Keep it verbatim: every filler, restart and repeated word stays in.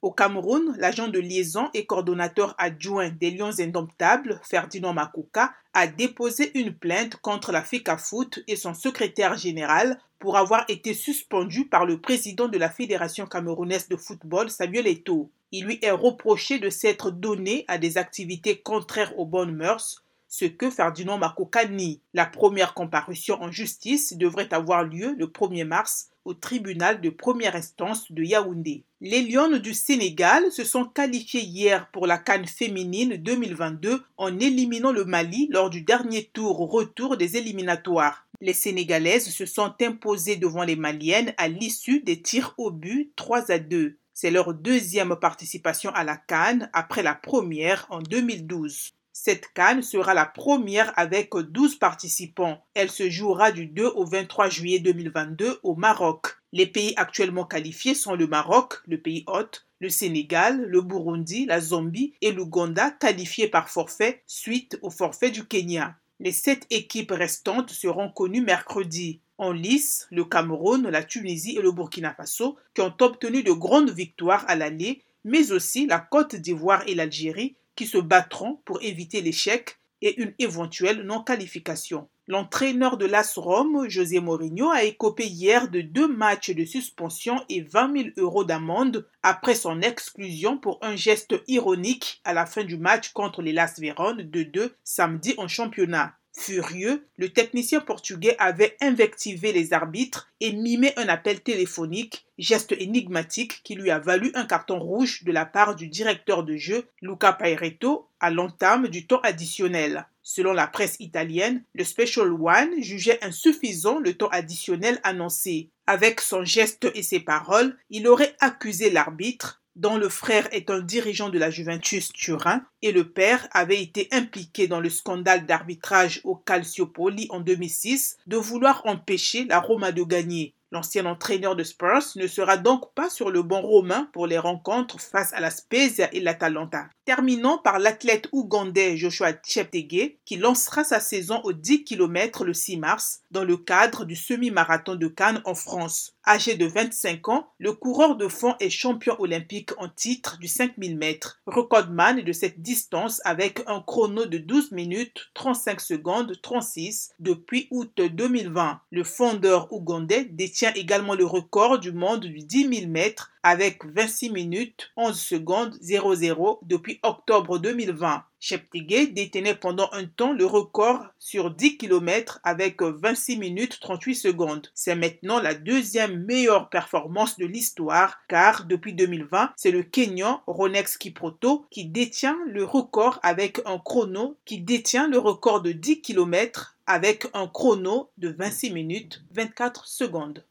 Au Cameroun, l'agent de liaison et coordonnateur adjoint des Lions indomptables, Ferdinand Makuka, a déposé une plainte contre la FECAFOOT et son secrétaire général pour avoir été suspendu par le président de la Fédération camerounaise de football, Samuel Eto'o. Il lui est reproché de s'être donné à des activités contraires aux bonnes mœurs, ce que Ferdinand Makuka nie. La première comparution en justice devrait avoir lieu le premier mars au tribunal de première instance de Yaoundé. Les Lions du Sénégal se sont qualifiés hier pour la CAN féminine deux mille vingt-deux en éliminant le Mali lors du dernier tour retour des éliminatoires. Les Sénégalaises se sont imposées devant les Maliennes à l'issue des tirs au but trois à deux. C'est leur deuxième participation à la CAN après la première en deux mille douze. Cette CAN sera la première avec douze participants. Elle se jouera du deux au vingt-trois juillet deux mille vingt-deux au Maroc. Les pays actuellement qualifiés sont le Maroc, le pays hôte, le Sénégal, le Burundi, la Zambie et l'Ouganda qualifiés par forfait suite au forfait du Kenya. Les sept équipes restantes seront connues mercredi. En lice, le Cameroun, la Tunisie et le Burkina Faso qui ont obtenu de grandes victoires à l'aller, mais aussi la Côte d'Ivoire et l'Algérie qui se battront pour éviter l'échec et une éventuelle non-qualification. L'entraîneur de l'A S Rome, José Mourinho, a écopé hier de deux matchs de suspension et vingt mille euros d'amende après son exclusion pour un geste ironique à la fin du match contre les Las Véron de deux samedi en championnat. Furieux, le technicien portugais avait invectivé les arbitres et mimé un appel téléphonique, geste énigmatique qui lui a valu un carton rouge de la part du directeur de jeu, Luca Pairetto, à l'entame du temps additionnel. Selon la presse italienne, le Special One jugeait insuffisant le temps additionnel annoncé. Avec son geste et ses paroles, il aurait accusé l'arbitre, dont le frère est un dirigeant de la Juventus Turin et le père avait été impliqué dans le scandale d'arbitrage au Calciopoli en deux mille six, de vouloir empêcher la Roma de gagner. L'ancien entraîneur de Spurs ne sera donc pas sur le banc romain pour les rencontres face à la Spezia et l'Atalanta. Terminons par l'athlète ougandais Joshua Cheptegei qui lancera sa saison aux dix kilomètres le six mars dans le cadre du semi-marathon de Cannes en France. Âgé de vingt-cinq ans, le coureur de fond est champion olympique en titre du cinq mille mètres, recordman de cette distance avec un chrono de douze minutes trente-cinq secondes trente-six depuis août deux mille vingt. Le fondeur ougandais détient également le record du monde du dix mille mètres avec vingt-six minutes onze secondes zéro zéro depuis octobre deux mille vingt. Cheptegei détenait pendant un temps le record sur dix kilomètres avec vingt-six minutes trente-huit secondes. C'est maintenant la deuxième meilleure performance de l'histoire car depuis deux mille vingt, c'est le Kenyan Ronex Kiproto qui détient le record avec un chrono qui détient le record de dix kilomètres avec un chrono de vingt-six minutes vingt-quatre secondes.